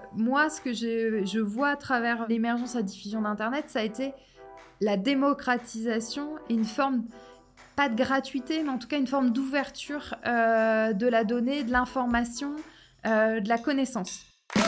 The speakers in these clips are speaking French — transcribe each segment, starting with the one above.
moi, ce que je vois à travers l'émergence et la diffusion d'Internet, ça a été la démocratisation et une forme, pas de gratuité, mais en tout cas une forme d'ouverture de la donnée, de l'information, de la connaissance.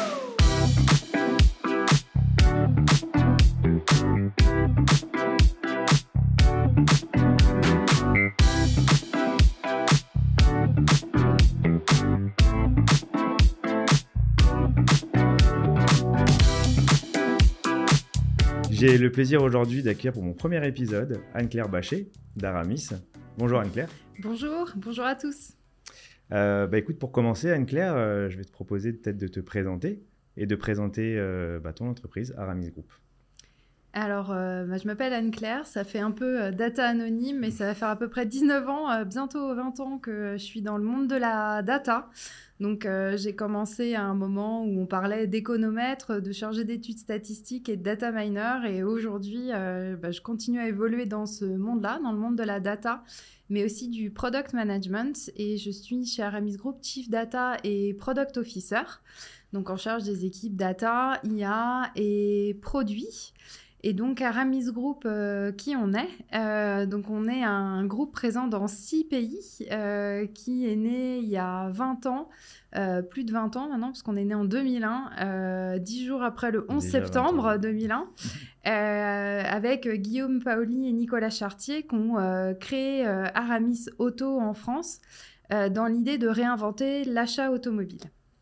J'ai le plaisir aujourd'hui d'accueillir pour mon premier épisode Anne-Claire Bachet d'Aramis. Bonjour Anne-Claire. Bonjour à tous. Écoute, pour commencer Anne-Claire, je vais te proposer peut-être de te présenter et de présenter ton entreprise Aramis Group. Alors, je m'appelle Anne-Claire, ça fait un peu data anonyme, mais ça va faire à peu près 19 ans, bientôt 20 ans que je suis dans le monde de la data. Donc, j'ai commencé à un moment où on parlait d'économètre, de chargé d'études statistiques et de data miner. Et aujourd'hui, je continue à évoluer dans ce monde-là, dans le monde de la data, mais aussi du product management. Et je suis chez Aramis Group Chief Data et Product Officer, donc en charge des équipes data, IA et produits. Et donc, Aramis Group, qui on est donc, on est un groupe présent dans 6 pays qui est né il y a 20 ans, plus de 20 ans maintenant, parce qu'on est né en 2001, 10 jours après le 11 septembre 2001, avec Guillaume Paoli et Nicolas Chartier qui ont créé Aramis Auto en France dans l'idée de réinventer l'achat automobile.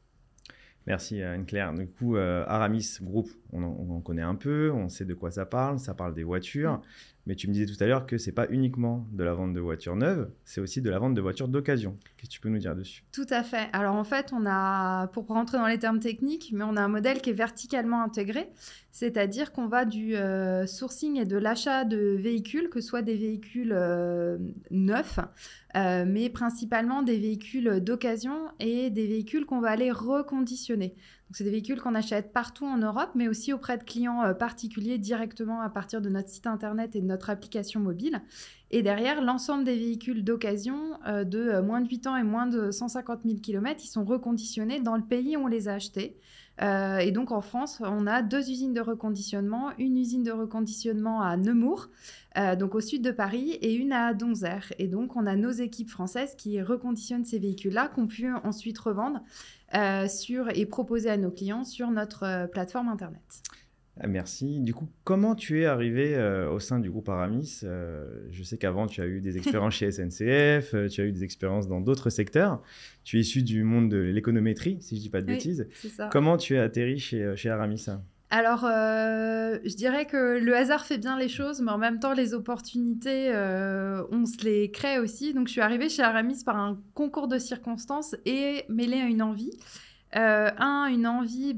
Merci Anne-Claire. Du coup, Aramis Group, on en connaît un peu, on sait de quoi ça parle des voitures. Mais tu me disais tout à l'heure que ce n'est pas uniquement de la vente de voitures neuves, c'est aussi de la vente de voitures d'occasion. Qu'est-ce que tu peux nous dire dessus ? Tout à fait. Alors en fait, on a, pour rentrer dans les termes techniques, mais on a un modèle qui est verticalement intégré, c'est-à-dire qu'on va du sourcing et de l'achat de véhicules, que ce soit des véhicules neufs, mais principalement des véhicules d'occasion et des véhicules qu'on va aller reconditionner. Donc, c'est des véhicules qu'on achète partout en Europe, mais aussi auprès de clients particuliers directement à partir de notre site internet et de notre application mobile. Et derrière, l'ensemble des véhicules d'occasion de moins de 8 ans et moins de 150 000 km, ils sont reconditionnés dans le pays où on les a achetés. Et donc, en France, on a 2 usines de reconditionnement, une usine de reconditionnement à Nemours, donc au sud de Paris, et une à Donzère. Et donc, on a nos équipes françaises qui reconditionnent ces véhicules-là, qu'on peut ensuite revendre et proposer à nos clients sur notre plateforme Internet. Merci. Du coup, comment tu es arrivé au sein du groupe Aramis ? Je sais qu'avant, tu as eu des expériences chez SNCF, tu as eu des expériences dans d'autres secteurs. Tu es issu du monde de l'économétrie, si je ne dis pas de bêtises. C'est ça. Comment tu es atterri chez Aramis ? Alors, je dirais que le hasard fait bien les choses, mais en même temps, les opportunités, on se les crée aussi. Donc, je suis arrivée chez Aramis par un concours de circonstances et mêlée à une envie. Une envie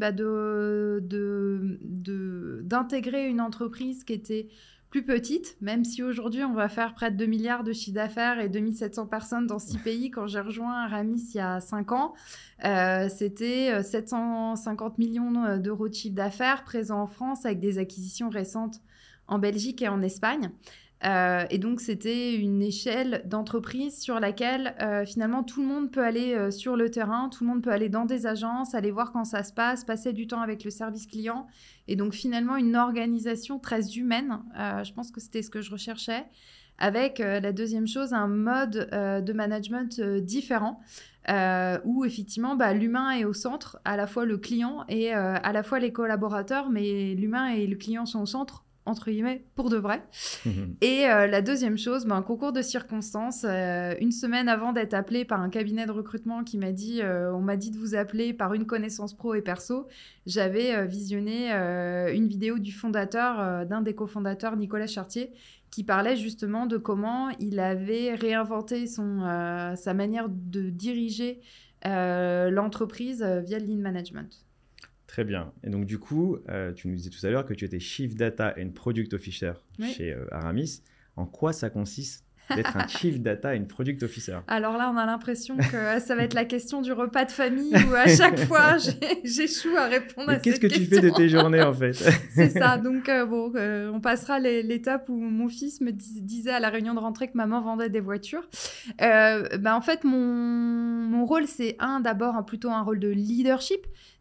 d'intégrer une entreprise qui était plus petite, même si aujourd'hui on va faire près de 2 milliards de chiffre d'affaires et 2700 personnes dans 6 pays. Quand j'ai rejoint Aramis il y a 5 ans, c'était 750 millions d'euros de chiffre d'affaires présents en France avec des acquisitions récentes en Belgique et en Espagne. Et donc, c'était une échelle d'entreprise sur laquelle, finalement, tout le monde peut aller sur le terrain, tout le monde peut aller dans des agences, aller voir quand ça se passe, passer du temps avec le service client. Et donc, finalement, une organisation très humaine. Je pense que c'était ce que je recherchais. Avec, la deuxième chose, un mode de management différent. Où effectivement l'humain est au centre, à la fois le client et à la fois les collaborateurs, mais l'humain et le client sont au centre, entre guillemets, pour de vrai. Et la deuxième chose, un concours de circonstances. Une semaine avant d'être appelée par un cabinet de recrutement qui m'a dit, on m'a dit de vous appeler par une connaissance pro et perso, j'avais visionné une vidéo du fondateur, d'un des cofondateurs, Nicolas Chartier, qui parlait justement de comment il avait réinventé sa manière de diriger l'entreprise via le lean management. Très bien. Et donc, du coup, tu nous disais tout à l'heure que tu étais Chief Data and Product Officer chez Aramis. En quoi ça consiste d'être un Chief Data and Product Officer ? Alors là, on a l'impression que ça va être la question du repas de famille où à chaque fois, j'échoue à répondre à cette question. Qu'est-ce que tu fais de tes journées, en fait ? C'est ça. Donc, on passera l'étape où mon fils me disait à la réunion de rentrée que maman vendait des voitures. En fait, mon rôle, c'est d'abord plutôt un rôle de leadership.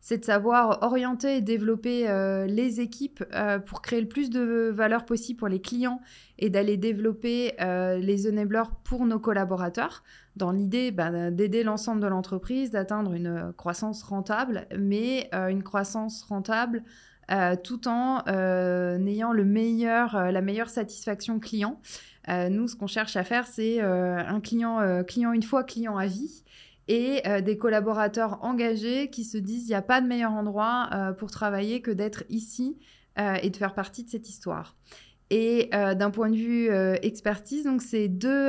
c'est de savoir orienter et développer les équipes pour créer le plus de valeur possible pour les clients et d'aller développer les enablers pour nos collaborateurs, dans l'idée d'aider l'ensemble de l'entreprise, d'atteindre une croissance rentable, mais une croissance rentable tout en ayant la meilleure satisfaction client. Nous, ce qu'on cherche à faire, c'est un client une fois, client à vie, et des collaborateurs engagés qui se disent il n'y a pas de meilleur endroit pour travailler que d'être ici et de faire partie de cette histoire. Et d'un point de vue expertise, donc c'est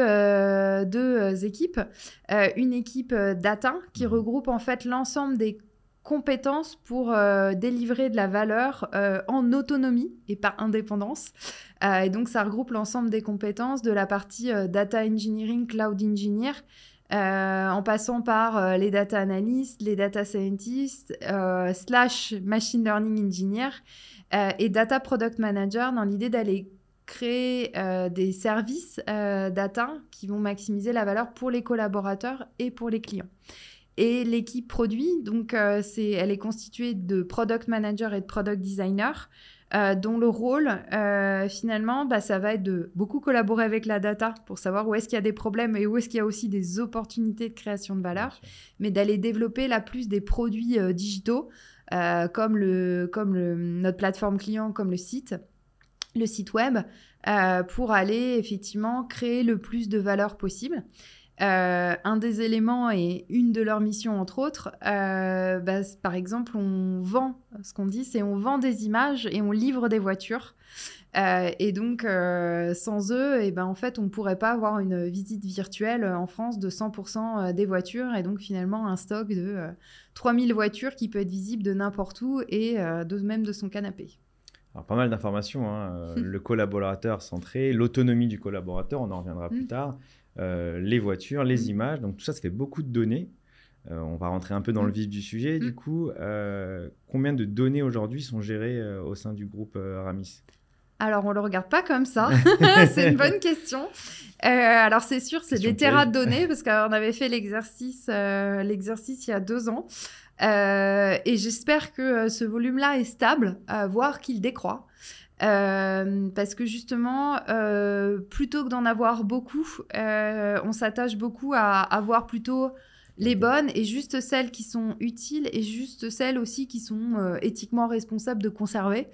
deux équipes. Une équipe data qui regroupe en fait l'ensemble des compétences pour délivrer de la valeur en autonomie et pas indépendance. Et donc, ça regroupe l'ensemble des compétences de la partie data engineering, cloud engineer, en passant par les data analysts, les data scientists, / machine learning engineer et data product manager, dans l'idée d'aller créer des services data qui vont maximiser la valeur pour les collaborateurs et pour les clients. Et l'équipe produit, donc elle est constituée de product manager et de product designer, dont le rôle, finalement, ça va être de beaucoup collaborer avec la data pour savoir où est-ce qu'il y a des problèmes et où est-ce qu'il y a aussi des opportunités de création de valeur, mais d'aller développer la plus des produits digitaux, comme notre plateforme client, comme le site web, pour aller effectivement créer le plus de valeur possible. Un des éléments et une de leurs missions, entre autres, par exemple, ce qu'on dit, c'est on vend des images et on livre des voitures. Et donc, sans eux, en fait, on ne pourrait pas avoir une visite virtuelle en France de 100% des voitures, et donc finalement un stock de 3000 voitures qui peut être visible de n'importe où et même de son canapé. Alors, pas mal d'informations, hein. Le collaborateur centré, l'autonomie du collaborateur, on en reviendra plus tard. Les voitures, les images, donc tout ça, ça fait beaucoup de données. On va rentrer un peu dans le vif du sujet. Du coup, combien de données aujourd'hui sont gérées au sein du groupe Aramis ? Alors, on ne le regarde pas comme ça. C'est une bonne question. Alors, c'est sûr, c'est des terras de données parce qu'on avait fait l'exercice il y a 2 ans. Et j'espère que ce volume-là est stable, voire qu'il décroît. Parce que justement, plutôt que d'en avoir beaucoup, on s'attache beaucoup à avoir plutôt les bonnes et juste celles qui sont utiles et juste celles aussi qui sont éthiquement responsables de conserver.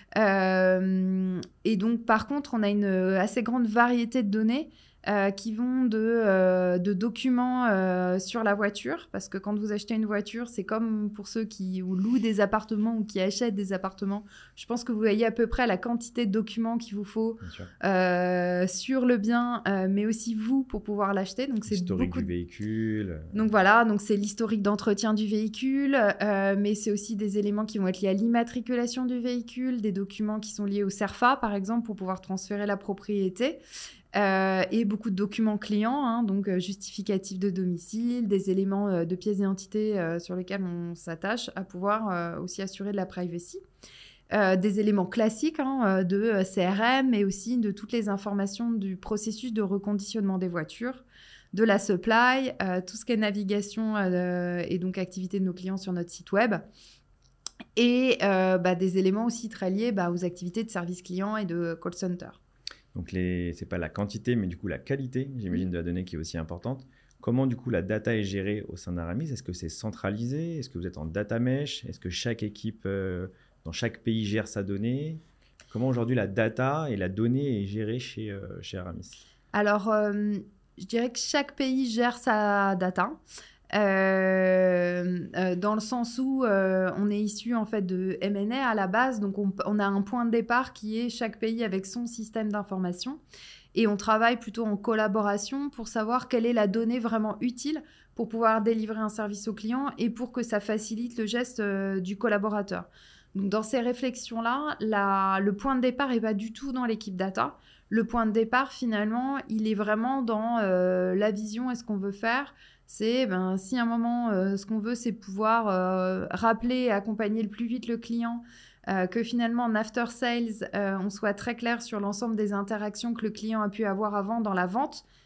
Et donc, par contre, on a une assez grande variété de données qui vont de documents sur la voiture, parce que quand vous achetez une voiture, c'est comme pour ceux qui louent des appartements ou qui achètent des appartements. Je pense que vous voyez à peu près la quantité de documents qu'il vous faut sur le bien, mais aussi vous pour pouvoir l'acheter. Donc, c'est l'historique du véhicule. Donc voilà, donc c'est l'historique d'entretien du véhicule, mais c'est aussi des éléments qui vont être liés à l'immatriculation du véhicule, des documents qui sont liés au CERFA, par exemple, pour pouvoir transférer la propriété. Et beaucoup de documents clients, hein, donc justificatifs de domicile, des éléments de pièces d'identité sur lesquels on s'attache à pouvoir aussi assurer de la privacy. Des éléments classiques de CRM, mais aussi de toutes les informations du processus de reconditionnement des voitures, de la supply, tout ce qui est navigation et donc activité de nos clients sur notre site web. Et des éléments aussi très liés aux activités de service client et de call center. Donc, c'est pas la quantité, mais du coup la qualité, j'imagine, de la donnée qui est aussi importante. Comment, du coup, la data est gérée au sein d'Aramis ? Est-ce que c'est centralisé ? Est-ce que vous êtes en data mesh ? Est-ce que chaque équipe dans chaque pays gère sa donnée ? Comment aujourd'hui la data et la donnée est gérée chez Aramis ? Alors, je dirais que chaque pays gère sa data. Dans le sens où on est issu en fait de M&A à la base, donc on a un point de départ qui est chaque pays avec son système d'information, et on travaille plutôt en collaboration pour savoir quelle est la donnée vraiment utile pour pouvoir délivrer un service au client et pour que ça facilite le geste du collaborateur. Donc dans ces réflexions-là, le point de départ n'est pas du tout dans l'équipe data. Le point de départ, finalement, il est vraiment dans la vision et ce qu'on veut faire. C'est si à un moment, ce qu'on veut, c'est pouvoir rappeler et accompagner le plus vite le client, que finalement, en after sales, on soit très clair sur l'ensemble des interactions que le client a pu avoir avant dans la vente.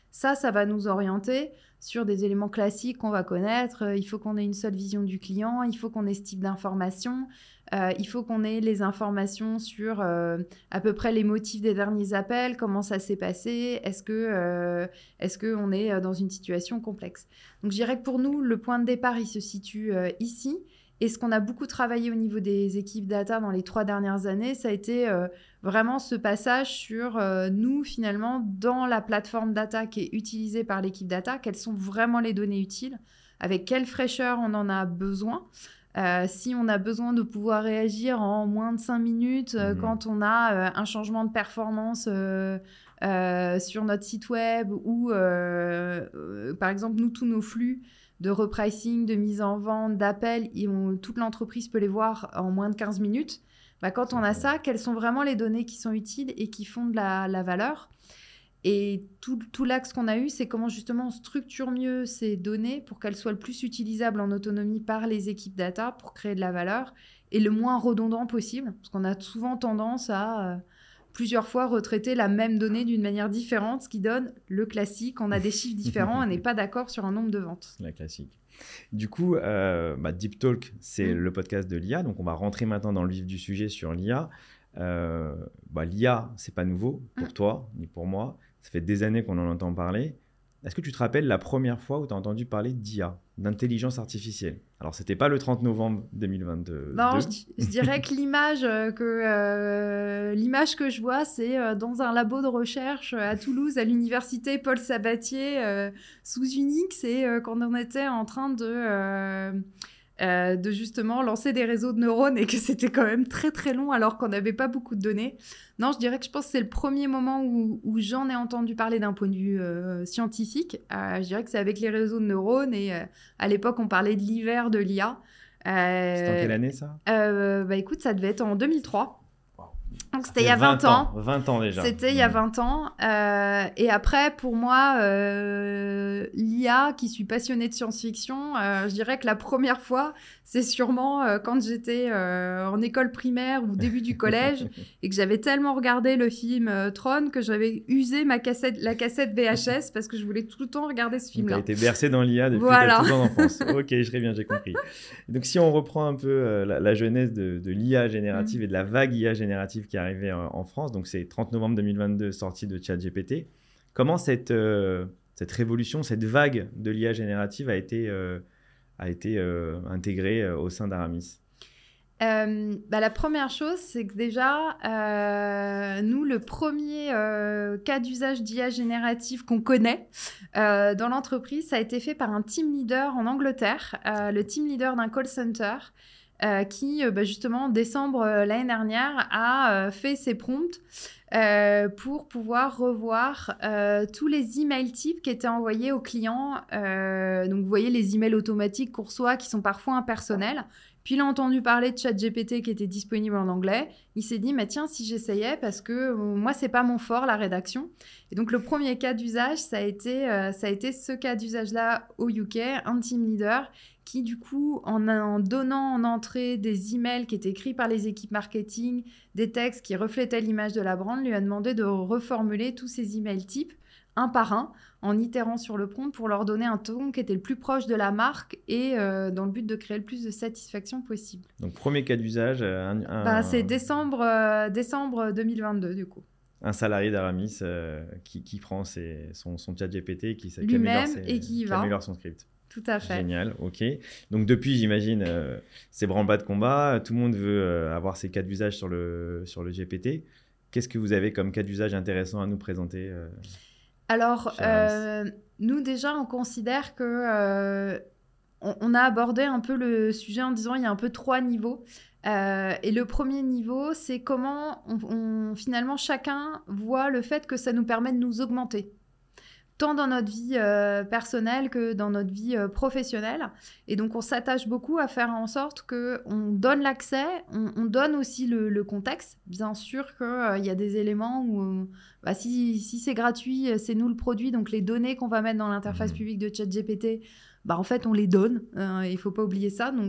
Ça va nous orienter sur des éléments classiques qu'on va connaître. Il faut qu'on ait une seule vision du client, il faut qu'on ait ce type d'informations, il faut qu'on ait les informations sur à peu près les motifs des derniers appels, comment ça s'est passé, est-ce qu'on est dans une situation complexe. Donc je dirais que pour nous, le point de départ, il se situe ici. Et ce qu'on a beaucoup travaillé au niveau des équipes data dans les 3 dernières années, ça a été vraiment ce passage sur nous, finalement, dans la plateforme data qui est utilisée par l'équipe data, quelles sont vraiment les données utiles, avec quelle fraîcheur on en a besoin. Si on a besoin de pouvoir réagir en moins de 5 minutes quand on a un changement de performance sur notre site web ou, par exemple, nous, tous nos flux de repricing, de mise en vente, d'appels, toute l'entreprise peut les voir en moins de 15 minutes. Quand on a ça, quelles sont vraiment les données qui sont utiles et qui font de la valeur ? Et tout l'axe qu'on a eu, c'est comment justement on structure mieux ces données pour qu'elles soient le plus utilisables en autonomie par les équipes data pour créer de la valeur et le moins redondant possible. Parce qu'on a souvent tendance à plusieurs fois retraiter la même donnée d'une manière différente, ce qui donne le classique. On a des chiffres différents, on n'est pas d'accord sur un nombre de ventes. La classique. Du coup, Deep Talk, c'est le podcast de l'IA. Donc, on va rentrer maintenant dans le vif du sujet sur l'IA. L'IA, c'est pas nouveau pour toi ni pour moi. Ça fait des années qu'on en entend parler. Est-ce que tu te rappelles la première fois où tu as entendu parler d'IA, d'intelligence artificielle ? Alors, ce n'était pas le 30 novembre 2022. Non, je dirais que l'image que je vois, c'est dans un labo de recherche à Toulouse, à l'université Paul Sabatier, sous Unix, et qu'on en était en train de justement lancer des réseaux de neurones et que c'était quand même très très long alors qu'on n'avait pas beaucoup de données. Non, je dirais que je pense que c'est le premier moment où j'en ai entendu parler d'un point de vue scientifique. Je dirais que c'est avec les réseaux de neurones et à l'époque on parlait de l'hiver de l'IA. C'était en quelle année ça ? Écoute, ça devait être en 2003. Donc c'était il y a 20 ans. 20 ans déjà. C'était il y a 20 ans. Et après, pour moi, l'IA, qui suis passionnée de science-fiction, je dirais que la première fois, c'est sûrement quand j'étais en école primaire ou début du collège et que j'avais tellement regardé le film Tron que j'avais usé la cassette VHS parce que je voulais tout le temps regarder ce film-là. Tu as été bercée dans l'IA depuis ta toute enfance. Ok, très bien, j'ai compris. Donc si on reprend un peu la genèse de l'IA générative et de la vague IA générative qui est arrivée en France, donc c'est 30 novembre 2022, sortie de ChatGPT. Comment cette révolution, cette vague de l'IA générative a été intégrée au sein d'Aramis ? La première chose, c'est que déjà, nous, le premier cas d'usage d'IA générative qu'on connaît dans l'entreprise, ça a été fait par un team leader en Angleterre, le team leader d'un call center, qui, justement, en décembre l'année dernière, a fait ses prompts pour pouvoir revoir tous les emails types qui étaient envoyés aux clients. Donc, vous voyez les emails automatiques qu'on reçoit qui sont parfois impersonnels. Puis il a entendu parler de ChatGPT qui était disponible en anglais. Il s'est dit, mais tiens, si j'essayais, parce que moi, c'est pas mon fort, la rédaction. Et donc, le premier cas d'usage, ça a été ce cas d'usage-là au UK, un team leader qui, du coup, en donnant en entrée des emails qui étaient écrits par les équipes marketing, des textes qui reflétaient l'image de la brand, lui a demandé de reformuler tous ces emails types, un par un, en itérant sur le prompt pour leur donner un ton qui était le plus proche de la marque et dans le but de créer le plus de satisfaction possible. Donc, premier cas d'usage... c'est décembre 2022, du coup. Un salarié d'Aramis qui prend son ChatGPT qui lui-même et qui améliore son script. Tout à fait. Génial, ok. Donc depuis, j'imagine, c'est branle-bas de combat. Tout le monde veut avoir ces cas d'usage sur le GPT. Qu'est-ce que vous avez comme cas d'usage intéressant à nous présenter Alors, nous déjà, on considère que on a abordé un peu le sujet en disant il y a un peu 3 niveaux. Et le premier niveau, c'est comment finalement chacun voit le fait que ça nous permet de nous augmenter, tant dans notre vie personnelle que dans notre vie professionnelle. Et donc, on s'attache beaucoup à faire en sorte qu'on donne l'accès, on donne aussi le contexte. Bien sûr qu'il y a des éléments où, si c'est gratuit, c'est nous le produit, donc les données qu'on va mettre dans l'interface publique de ChatGPT, en fait, on les donne. Il ne faut pas oublier ça. Donc,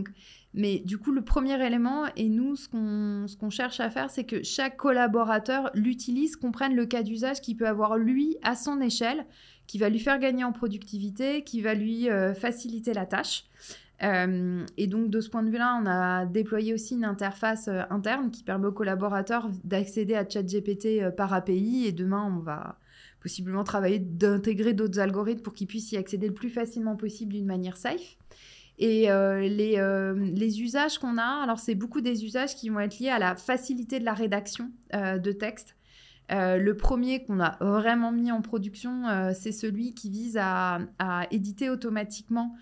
Mais du coup, le premier élément, et nous, ce qu'on cherche à faire, c'est que chaque collaborateur l'utilise, comprenne le cas d'usage qu'il peut avoir lui à son échelle, qui va lui faire gagner en productivité, qui va lui faciliter la tâche. Et donc, de ce point de vue-là, on a déployé aussi une interface interne qui permet aux collaborateurs d'accéder à ChatGPT par API. Et demain, on va possiblement travailler d'intégrer d'autres algorithmes pour qu'ils puissent y accéder le plus facilement possible d'une manière safe. Et les usages qu'on a, alors c'est beaucoup des usages qui vont être liés à la facilité de la rédaction de texte. Le premier qu'on a vraiment mis en production, c'est celui qui vise à éditer automatiquement,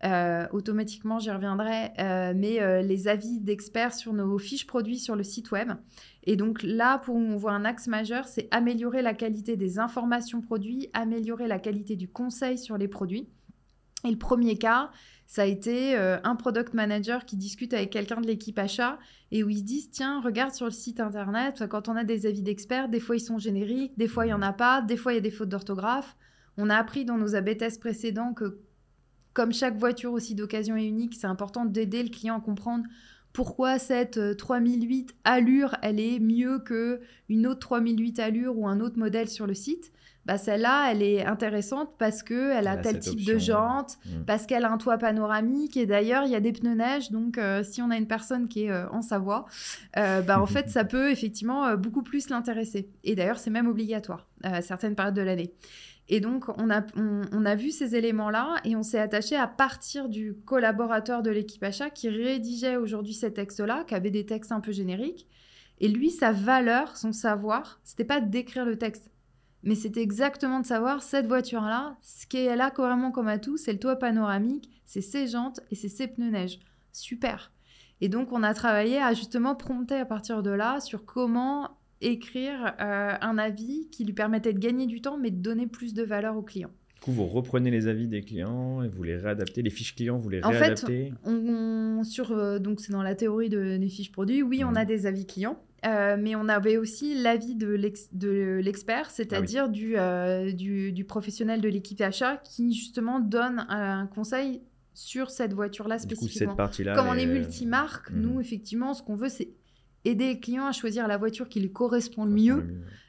j'y reviendrai, mais les avis d'experts sur nos fiches produits sur le site web. Et donc là, pour où on voit un axe majeur, c'est améliorer la qualité des informations produits, améliorer la qualité du conseil sur les produits. Et le premier cas, ça a été un product manager qui discute avec quelqu'un de l'équipe achat et où ils se disent, tiens, regarde sur le site internet, quand on a des avis d'experts, des fois ils sont génériques, des fois il n'y en a pas, des fois il y a des fautes d'orthographe. On a appris dans nos A/B tests précédents que, comme chaque voiture aussi d'occasion est unique, c'est important d'aider le client à comprendre pourquoi cette 3008 Allure, elle est mieux qu'une autre 3008 Allure ou un autre modèle sur le site. Bah celle-là, elle est intéressante parce qu'elle a tel type de jante, parce qu'elle a un toit panoramique. Et d'ailleurs, il y a des pneus neige. Donc, si on a une personne qui est en Savoie, en fait, ça peut effectivement beaucoup plus l'intéresser. Et d'ailleurs, c'est même obligatoire à certaines périodes de l'année. Et donc, on a vu ces éléments-là et on s'est attaché à partir du collaborateur de l'équipe achat qui rédigeait aujourd'hui ces textes-là, qui avait des textes un peu génériques. Et lui, sa valeur, son savoir, c'était pas d'écrire le texte, mais c'était exactement de savoir, cette voiture-là, ce qu'elle a vraiment comme atout, c'est le toit panoramique, c'est ses jantes et c'est ses pneus neige. Super. Et donc, on a travaillé à justement prompter à partir de là sur comment écrire un avis qui lui permettait de gagner du temps, mais de donner plus de valeur au client. Du coup, vous reprenez les avis des clients et vous les réadaptez. Les fiches clients, vous les réadaptez. En fait, donc c'est dans la théorie des fiches produits. Oui, on a des avis clients. Mais on avait aussi l'avis de l'expert, c'est-à-dire du professionnel de l'équipe achat qui justement donne un conseil sur cette voiture-là spécifiquement. Du coup, cette partie-là, comme on est multimarque, nous, effectivement, ce qu'on veut, c'est aider le client à choisir la voiture qui lui correspond le mieux.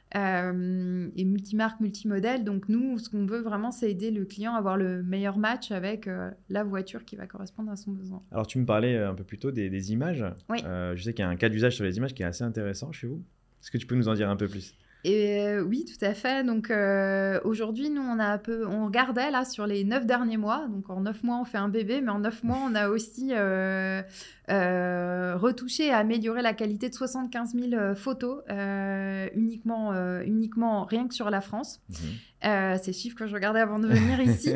Et multimarque, multimodèle. Donc nous, ce qu'on veut vraiment, c'est aider le client à avoir le meilleur match avec la voiture qui va correspondre à son besoin. Alors tu me parlais un peu plus tôt des images. Oui. Je sais qu'il y a un cas d'usage sur les images qui est assez intéressant chez vous. Est-ce que tu peux nous en dire un peu plus ? Oui, tout à fait. Donc aujourd'hui, nous, on regardait là sur les 9 derniers mois. Donc en 9 mois, on fait un bébé, mais en 9 mois, on a aussi retouché et amélioré la qualité de 75 000 photos uniquement rien que sur la France. C'est le chiffre que je regardais avant de venir ici.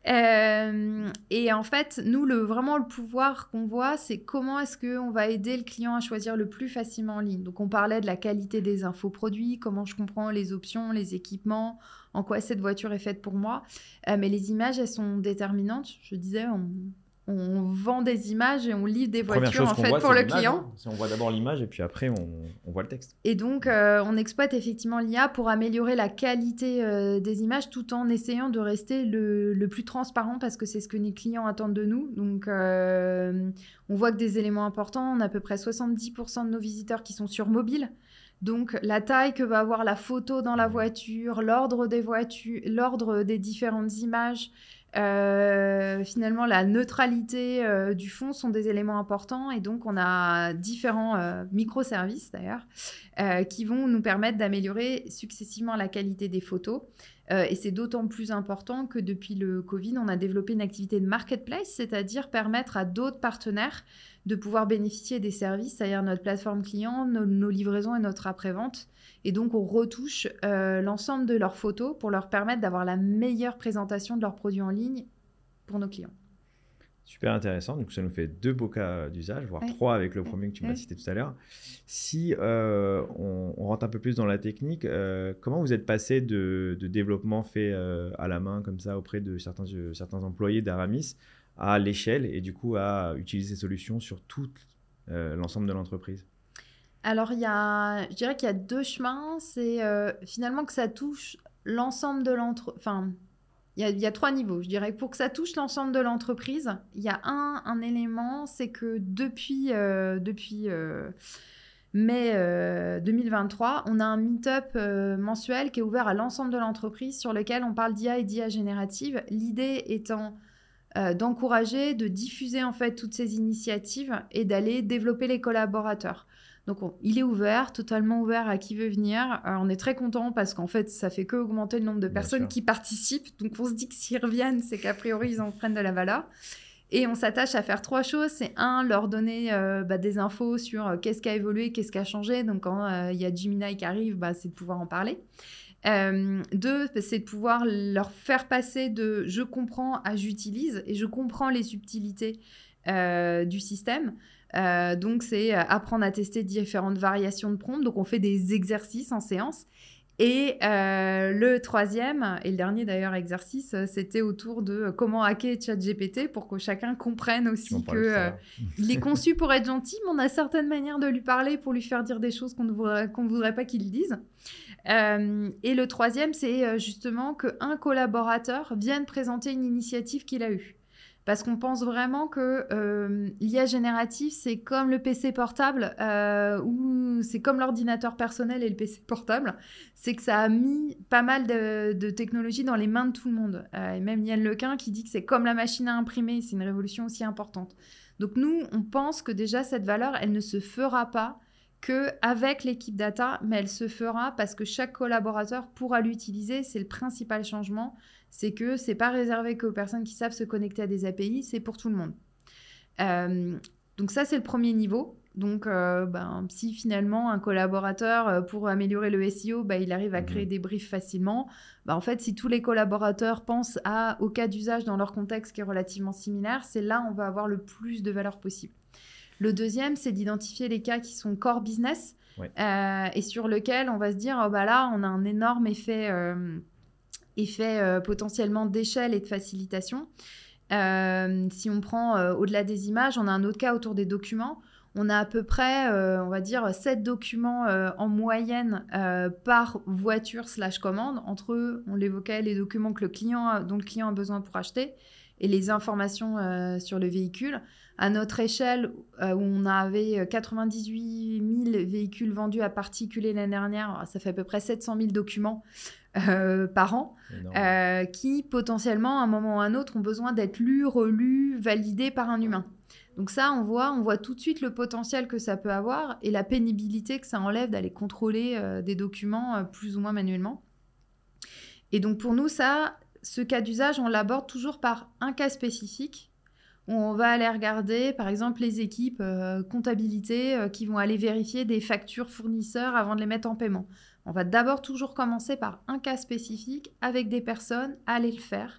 Et en fait, nous, vraiment le pouvoir qu'on voit, c'est comment est-ce qu'on va aider le client à choisir le plus facilement en ligne. Donc, on parlait de la qualité des infoproduits, comment je comprends les options, les équipements, en quoi cette voiture est faite pour moi. Mais les images, elles sont déterminantes. Je disais, on vend des images et on livre des voitures en fait pour le client. On voit d'abord l'image et puis après on voit le texte. Et donc on exploite effectivement l'IA pour améliorer la qualité des images tout en essayant de rester le plus transparent parce que c'est ce que les clients attendent de nous. Donc on voit que des éléments importants, on a à peu près 70% de nos visiteurs qui sont sur mobile. Donc la taille que va avoir la photo dans la voiture, l'ordre des différentes images, finalement la neutralité du fond sont des éléments importants et donc on a différents microservices d'ailleurs qui vont nous permettre d'améliorer successivement la qualité des photos et c'est d'autant plus important que depuis le Covid on a développé une activité de marketplace, c'est-à-dire permettre à d'autres partenaires de pouvoir bénéficier des services, c'est-à-dire notre plateforme client, nos livraisons et notre après-vente. Et donc, on retouche l'ensemble de leurs photos pour leur permettre d'avoir la meilleure présentation de leurs produits en ligne pour nos clients. Super intéressant. Donc, ça nous fait 2 beaux cas d'usage, voire 3 avec le premier que tu m'as cité tout à l'heure. Si on rentre un peu plus dans la technique, comment vous êtes passé de développement fait à la main comme ça auprès de certains employés d'Aramis à l'échelle et du coup à utiliser ces solutions sur tout l'ensemble de l'entreprise? Alors, je dirais qu'il y a 2 chemins. C'est finalement que ça touche l'ensemble de l'entreprise. Enfin, Il y a 3 niveaux. Je dirais que pour que ça touche l'ensemble de l'entreprise, il y a un élément, c'est que depuis mai 2023, on a un meet-up mensuel qui est ouvert à l'ensemble de l'entreprise sur lequel on parle d'IA et d'IA générative. L'idée étant d'encourager, de diffuser en fait toutes ces initiatives et d'aller développer les collaborateurs. Donc, il est ouvert, totalement ouvert à qui veut venir. On est très content parce qu'en fait, ça fait que augmenter le nombre de personnes qui participent. Donc, on se dit que s'ils reviennent, c'est qu'a priori, ils en prennent de la valeur. Et on s'attache à faire 3 choses. C'est leur donner des infos sur qu'est-ce qui a évolué, qu'est-ce qui a changé. Donc, quand il y a Gemini qui arrive, c'est de pouvoir en parler. 2, c'est de pouvoir leur faire passer de « je comprends » à « j'utilise » et je comprends les subtilités du système. Donc, c'est apprendre à tester différentes variations de prompts. Donc, on fait des exercices en séance. Et le 3e, et le dernier d'ailleurs exercice, c'était autour de comment hacker ChatGPT pour que chacun comprenne aussi qu'il est conçu pour être gentil, mais on a certaines manières de lui parler pour lui faire dire des choses qu'on ne voudrait pas qu'il dise. Et le 3e, c'est justement qu'un collaborateur vienne présenter une initiative qu'il a eue. Parce qu'on pense vraiment que l'IA générative, c'est comme le PC portable ou c'est comme l'ordinateur personnel et le PC portable. C'est que ça a mis pas mal de technologies dans les mains de tout le monde. Et même Yann Lequin qui dit que c'est comme la machine à imprimer, c'est une révolution aussi importante. Donc nous, on pense que déjà cette valeur, elle ne se fera pas qu'avec l'équipe data, mais elle se fera parce que chaque collaborateur pourra l'utiliser. C'est le principal changement. C'est que ce n'est pas réservé qu'aux personnes qui savent se connecter à des API, c'est pour tout le monde. Donc ça, c'est le premier niveau. Donc, si finalement un collaborateur, pour améliorer le SEO, il arrive à créer des briefs facilement, en fait, si tous les collaborateurs pensent au cas d'usage dans leur contexte qui est relativement similaire, c'est là où on va avoir le plus de valeur possible. Le deuxième, c'est d'identifier les cas qui sont core business et sur lequel on va se dire, là, on a un énorme effet potentiellement d'échelle et de facilitation. Si on prend au-delà des images, on a un autre cas autour des documents. On a à peu près, on va dire, 7 documents en moyenne par voiture/commande. Entre eux, on l'évoquait, les documents dont le client a besoin pour acheter et les informations sur le véhicule. À notre échelle, où on avait 98 000 véhicules vendus à particuliers l'année dernière, ça fait à peu près 700 000 documents par an, qui potentiellement, à un moment ou à un autre, ont besoin d'être lus, relus, validés par un humain. Donc ça, on voit tout de suite le potentiel que ça peut avoir et la pénibilité que ça enlève d'aller contrôler des documents plus ou moins manuellement. Et donc pour nous, ce cas d'usage, on l'aborde toujours par un cas spécifique où on va aller regarder, par exemple, les équipes comptabilité qui vont aller vérifier des factures fournisseurs avant de les mettre en paiement. On va d'abord toujours commencer par un cas spécifique avec des personnes, aller le faire,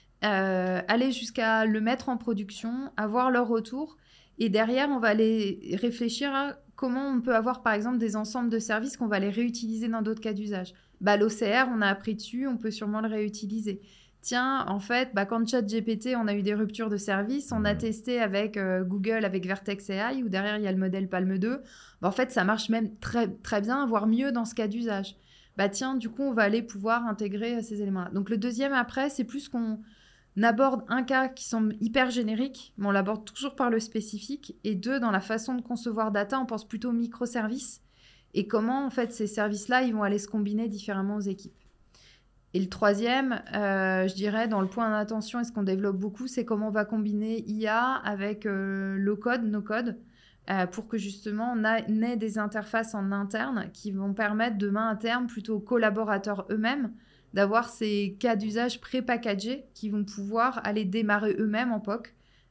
aller jusqu'à le mettre en production, avoir leur retour. Et derrière, on va aller réfléchir à comment on peut avoir, par exemple, des ensembles de services qu'on va les réutiliser dans d'autres cas d'usage. L'OCR, on a appris dessus, on peut sûrement le réutiliser. Tiens, en fait, quand ChatGPT, on a eu des ruptures de service, on a testé avec Google, avec Vertex AI, où derrière, il y a le modèle Palm 2. En fait, ça marche même très, très bien, voire mieux dans ce cas d'usage. Tiens, du coup, on va aller pouvoir intégrer ces éléments-là. Donc, le deuxième, après, c'est plus qu'on aborde un cas qui semble hyper générique, mais on l'aborde toujours par le spécifique. Et 2, dans la façon de concevoir data, on pense plutôt microservices et comment, en fait, ces services-là, ils vont aller se combiner différemment aux équipes. Et le troisième, je dirais, dans le point d'attention et ce qu'on développe beaucoup, c'est comment on va combiner IA avec low-code, no-code, pour que justement on ait des interfaces en interne qui vont permettre demain à terme, plutôt aux collaborateurs eux-mêmes, d'avoir ces cas d'usage pré-packagés qui vont pouvoir aller démarrer eux-mêmes en POC,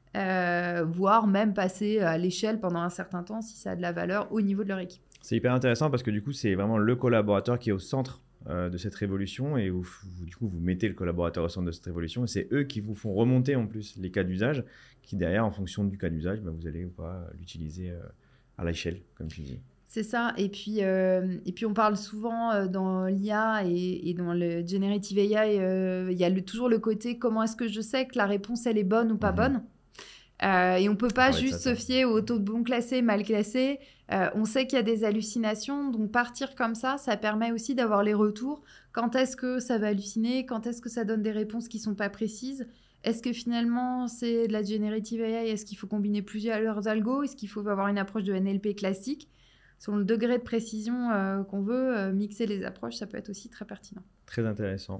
voire même passer à l'échelle pendant un certain temps si ça a de la valeur au niveau de leur équipe. C'est hyper intéressant parce que du coup, c'est vraiment le collaborateur qui est au centre de cette révolution et du coup, vous mettez le collaborateur au centre de cette révolution et c'est eux qui vous font remonter en plus les cas d'usage qui derrière, en fonction du cas d'usage, vous allez ou pas l'utiliser à l'échelle, comme tu dis. C'est ça. Et puis on parle souvent dans l'IA et dans le Generative AI, il y a toujours le côté comment est-ce que je sais que la réponse, elle est bonne ou pas bonne. Et on ne peut pas juste se fier au taux de bon classé, mal classé. On sait qu'il y a des hallucinations, donc partir comme ça permet aussi d'avoir les retours. Quand est-ce que ça va halluciner? Quand est-ce que ça donne des réponses qui ne sont pas précises? Est-ce que finalement, c'est de la generative AI? Est-ce qu'il faut combiner plusieurs algos? Est-ce qu'il faut avoir une approche de NLP classique? Selon le degré de précision qu'on veut, mixer les approches, ça peut être aussi très pertinent. Très intéressant.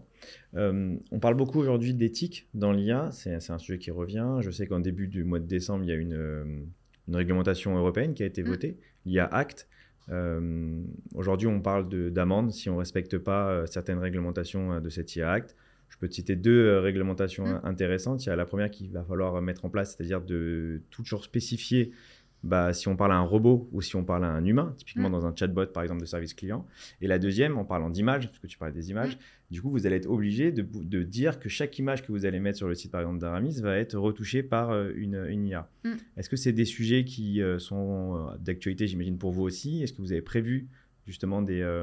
On parle beaucoup aujourd'hui d'éthique dans l'IA. C'est un sujet qui revient. Je sais qu'en début du mois de décembre, il y a une réglementation européenne qui a été votée, l'IA Act. Aujourd'hui, on parle d'amende si on ne respecte pas certaines réglementations de cette IA Act. Je peux te citer deux réglementations intéressantes. Il y a la première qu'il va falloir mettre en place, c'est-à-dire de toujours spécifier si on parle à un robot ou si on parle à un humain, typiquement dans un chatbot par exemple de service client. Et la deuxième, en parlant d'images, parce que tu parlais des images, du coup vous allez être obligé de dire que chaque image que vous allez mettre sur le site par exemple d'Aramis va être retouchée par une IA. Est-ce que c'est des sujets qui sont d'actualité, j'imagine, pour vous aussi? Est-ce que vous avez prévu justement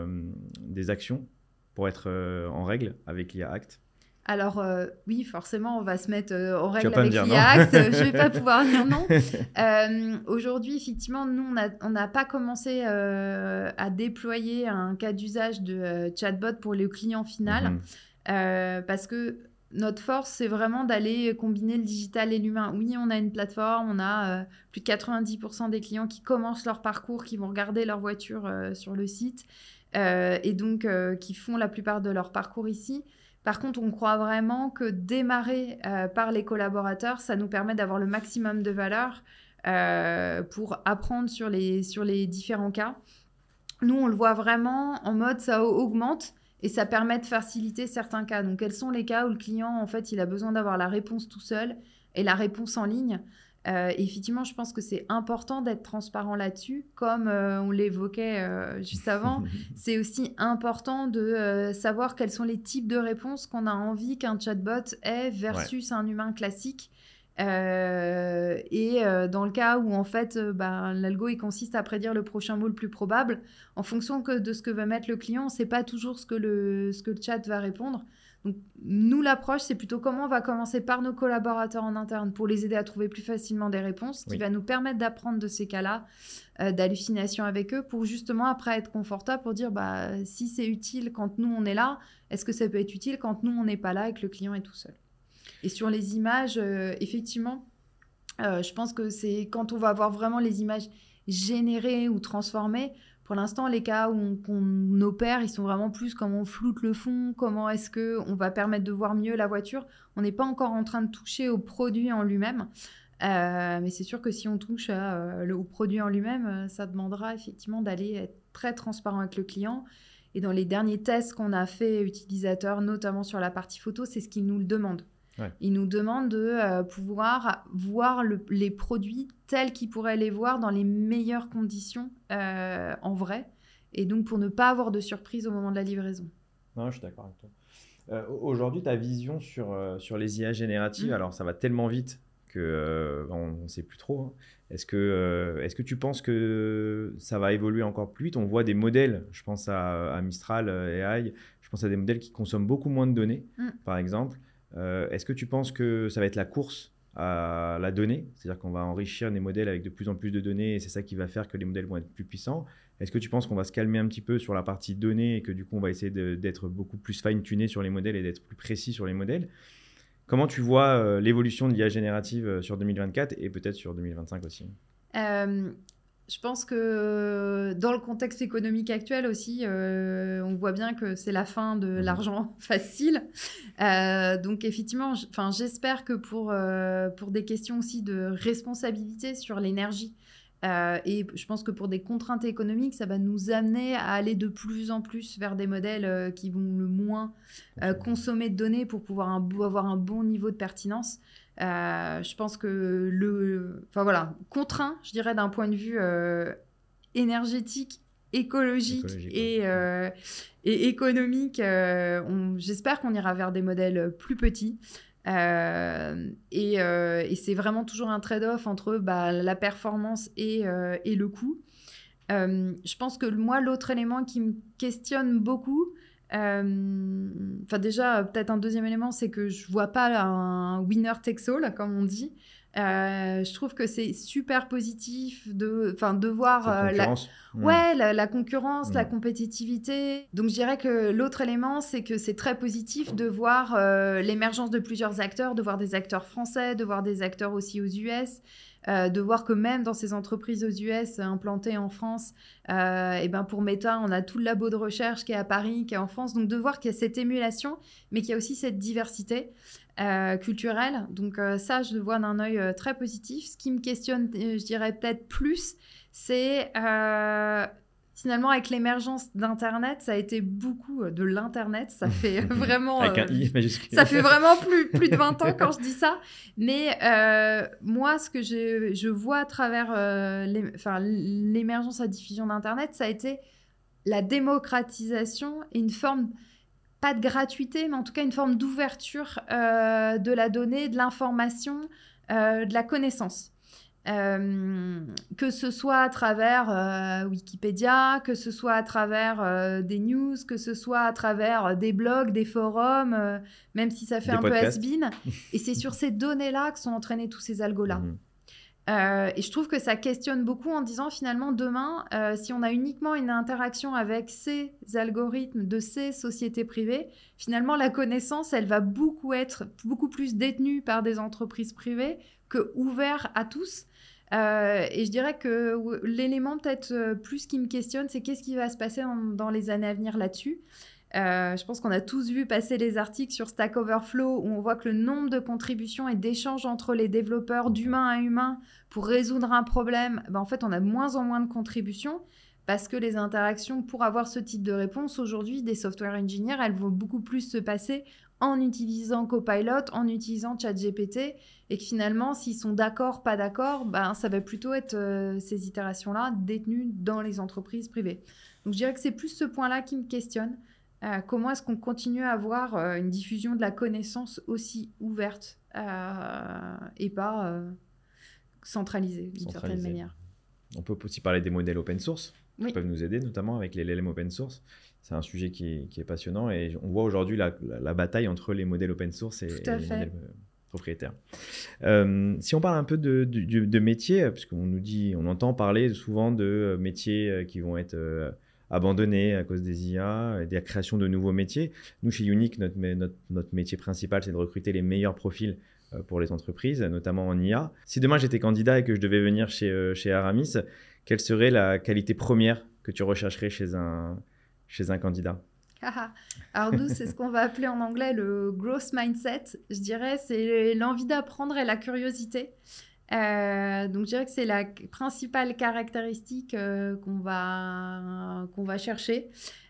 des actions pour être en règle avec l'IA Act? Alors, oui, forcément, on va se mettre en règle avec l'IA Act. Je ne vais pas pouvoir dire non. Aujourd'hui, effectivement, nous, on n'a pas commencé à déployer un cas d'usage de chatbot pour le client final parce que notre force, c'est vraiment d'aller combiner le digital et l'humain. Oui, on a une plateforme, on a plus de 90% des clients qui commencent leur parcours, qui vont regarder leur voiture sur le site et donc qui font la plupart de leur parcours ici. Par contre, on croit vraiment que démarrer par les collaborateurs, ça nous permet d'avoir le maximum de valeur pour apprendre sur les différents cas. Nous, on le voit vraiment en mode ça augmente et ça permet de faciliter certains cas. Donc, quels sont les cas où le client, en fait, il a besoin d'avoir la réponse tout seul et la réponse en ligne? Effectivement, je pense que c'est important d'être transparent là-dessus. Comme on l'évoquait juste avant, c'est aussi important de savoir quels sont les types de réponses qu'on a envie qu'un chatbot ait versus un humain classique. Dans le cas où en fait l'algo il consiste à prédire le prochain mot le plus probable, en fonction de ce que va mettre le client, on ne sait pas toujours ce que le chat va répondre. Donc, nous, l'approche, c'est plutôt comment on va commencer par nos collaborateurs en interne pour les aider à trouver plus facilement des réponses qui va nous permettre d'apprendre de ces cas-là, d'hallucination avec eux, pour justement après être confortable pour dire si c'est utile quand nous, on est là, est-ce que ça peut être utile quand nous, on n'est pas là et que le client est tout seul? Et sur les images, effectivement, je pense que c'est quand on va avoir vraiment les images générées ou transformées. Pour l'instant, les cas où qu'on opère, ils sont vraiment plus comment on floute le fond, comment est-ce qu'on va permettre de voir mieux la voiture. On n'est pas encore en train de toucher au produit en lui-même. Mais c'est sûr que si on touche au produit en lui-même, ça demandera effectivement d'aller être très transparent avec le client. Et dans les derniers tests qu'on a fait utilisateurs, notamment sur la partie photo, c'est ce qu'ils nous le demandent. Ils nous demandent de pouvoir voir les produits tels qu'ils pourraient les voir dans les meilleures conditions en vrai. Et donc, pour ne pas avoir de surprise au moment de la livraison. Non, je suis d'accord avec toi. Aujourd'hui, ta vision sur les IA génératives, alors ça va tellement vite qu'on ne sait plus trop. Hein. Est-ce que tu penses que ça va évoluer encore plus vite? On voit des modèles, je pense à Mistral AI, je pense à des modèles qui consomment beaucoup moins de données, par exemple. Est-ce que tu penses que ça va être la course à la donnée? C'est-à-dire qu'on va enrichir les modèles avec de plus en plus de données et c'est ça qui va faire que les modèles vont être plus puissants? Est-ce que tu penses qu'on va se calmer un petit peu sur la partie données et que du coup on va essayer d'être beaucoup plus fine-tuné sur les modèles et d'être plus précis sur les modèles? Comment tu vois l'évolution de l'IA générative sur 2024 et peut-être sur 2025 aussi? Je pense que dans le contexte économique actuel aussi, on voit bien que c'est la fin de l'argent facile. Donc effectivement, j'espère que pour des questions aussi de responsabilité sur l'énergie, et je pense que pour des contraintes économiques, ça va nous amener à aller de plus en plus vers des modèles qui vont le moins consommer de données pour pouvoir avoir un bon niveau de pertinence. Je pense que contraint, je dirais, d'un point de vue énergétique, écologique et économique. J'espère qu'on ira vers des modèles plus petits. Et c'est vraiment toujours un trade-off entre la performance et le coût. Je pense que moi, l'autre élément qui me questionne beaucoup, déjà, peut-être un deuxième élément, c'est que je ne vois pas un winner takes all, comme on dit. Je trouve que c'est super positif de voir la concurrence, la compétitivité. Donc je dirais que l'autre élément, c'est que c'est très positif de voir l'émergence de plusieurs acteurs, de voir des acteurs français, de voir des acteurs aussi aux US, de voir que même dans ces entreprises aux US implantées en France, pour Meta, on a tout le labo de recherche qui est à Paris, qui est en France. Donc de voir qu'il y a cette émulation, mais qu'il y a aussi cette diversité culturelle. Donc ça, je le vois d'un œil très positif. Ce qui me questionne, je dirais peut-être plus, c'est finalement avec l'émergence d'Internet, ça a été beaucoup de l'Internet. Ça fait vraiment, avec un I majuscule. Ça fait vraiment plus de 20 ans quand je dis ça. Mais moi, ce que je vois à travers l'émergence et la diffusion d'Internet, ça a été la démocratisation et une forme, pas de gratuité, mais en tout cas une forme d'ouverture de la donnée, de l'information, de la connaissance. Que ce soit à travers Wikipédia, que ce soit à travers des news, que ce soit à travers des blogs, des forums, même si ça fait un peu has-been. Et c'est sur ces données-là que sont entraînés tous ces algos-là. Et je trouve que ça questionne beaucoup en disant finalement demain, si on a uniquement une interaction avec ces algorithmes de ces sociétés privées, finalement la connaissance, elle va être beaucoup plus détenue par des entreprises privées que ouverte à tous. Et je dirais que l'élément peut-être plus qui me questionne, c'est qu'est-ce qui va se passer dans les années à venir là-dessus. Je pense qu'on a tous vu passer les articles sur Stack Overflow où on voit que le nombre de contributions et d'échanges entre les développeurs d'humain à humain pour résoudre un problème, en fait, on a de moins en moins de contributions parce que les interactions pour avoir ce type de réponse, aujourd'hui, des software engineers, elles vont beaucoup plus se passer en utilisant Copilot, en utilisant ChatGPT, et que finalement, s'ils sont d'accord, pas d'accord, ça va plutôt être ces itérations-là détenues dans les entreprises privées. Donc je dirais que c'est plus ce point-là qui me questionne. Comment est-ce qu'on continue à avoir une diffusion de la connaissance aussi ouverte et pas centralisée d'une certaine manière. On peut aussi parler des modèles open source qui peuvent nous aider, notamment avec les LLM open source. C'est un sujet qui est passionnant et on voit aujourd'hui la bataille entre les modèles open source et les modèles propriétaires. Si on parle un peu de métiers, puisqu'on nous dit, on entend parler souvent de métiers qui vont être abandonnés à cause des IA et de la création de nouveaux métiers. Nous, chez Unique, notre métier principal, c'est de recruter les meilleurs profils pour les entreprises, notamment en IA. Si demain j'étais candidat et que je devais venir chez Aramis, quelle serait la qualité première que tu rechercherais chez un candidat? Alors nous, c'est ce qu'on va appeler en anglais le growth mindset. Je dirais c'est l'envie d'apprendre et la curiosité. Donc je dirais que c'est la principale caractéristique qu'on va chercher.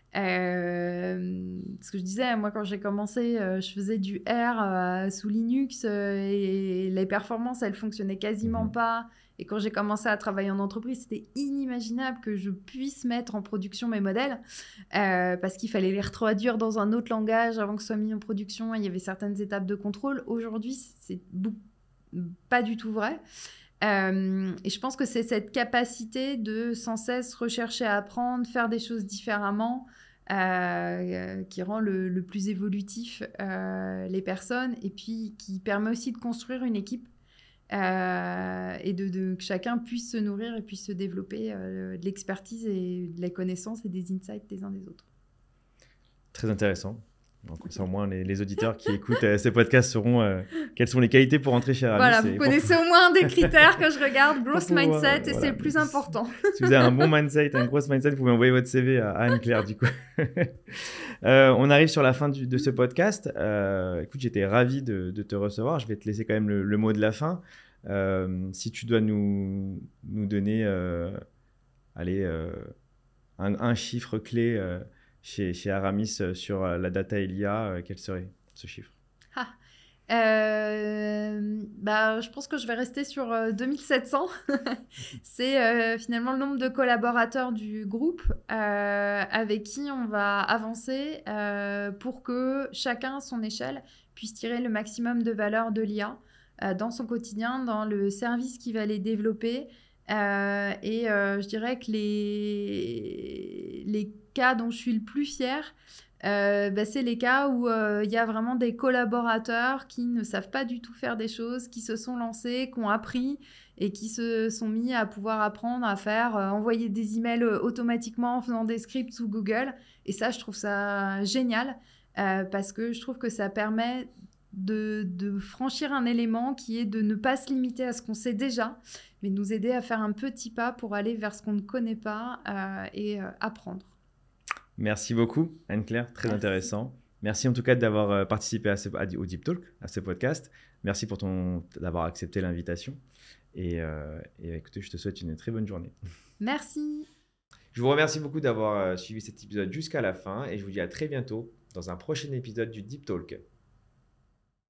Ce que je disais, moi quand j'ai commencé, je faisais du R sous Linux et les performances, elles fonctionnaient quasiment pas. Et quand j'ai commencé à travailler en entreprise, c'était inimaginable que je puisse mettre en production mes modèles parce qu'il fallait les retraduire dans un autre langage avant que ce soit mis en production. Il y avait certaines étapes de contrôle. Aujourd'hui, c'est pas du tout vrai. Et je pense que c'est cette capacité de sans cesse rechercher à apprendre, faire des choses différemment qui rend le plus évolutif les personnes et puis qui permet aussi de construire une équipe et que chacun puisse se nourrir et puisse se développer de l'expertise et de la connaissance et des insights des uns des autres. Très intéressant. Donc, comme ça, au moins, les auditeurs qui écoutent ces podcasts sauront quelles sont les qualités pour entrer chez Aramis. Voilà, vous connaissez au moins un des critères que je regarde, growth mindset, et c'est le plus important. Si vous avez un bon mindset, un growth mindset, vous pouvez envoyer votre CV à Anne-Claire, du coup. On arrive sur la fin de ce podcast. Écoute, j'étais ravi de te recevoir. Je vais te laisser quand même le mot de la fin. Si tu dois nous donner un chiffre clé chez Aramis sur la data et l'IA, quel serait ce chiffre? Je pense que je vais rester sur 2700. C'est finalement le nombre de collaborateurs du groupe avec qui on va avancer pour que chacun à son échelle puisse tirer le maximum de valeur de l'IA dans son quotidien, dans le service qui va les développer. Je dirais que les cas dont je suis le plus fière, c'est les cas où il y a vraiment des collaborateurs qui ne savent pas du tout faire des choses, qui se sont lancés, qui ont appris et qui se sont mis à pouvoir apprendre à faire, envoyer des emails automatiquement en faisant des scripts sous Google. Et ça, je trouve ça génial parce que je trouve que ça permet de franchir un élément qui est de ne pas se limiter à ce qu'on sait déjà, mais de nous aider à faire un petit pas pour aller vers ce qu'on ne connaît pas et apprendre. Merci beaucoup, Anne-Claire, très intéressant. Merci en tout cas d'avoir participé au Deep Talk, à ce podcast. Merci d'avoir accepté l'invitation. Et écoutez, je te souhaite une très bonne journée. Merci. Je vous remercie beaucoup d'avoir suivi cet épisode jusqu'à la fin et je vous dis à très bientôt dans un prochain épisode du Deep Talk.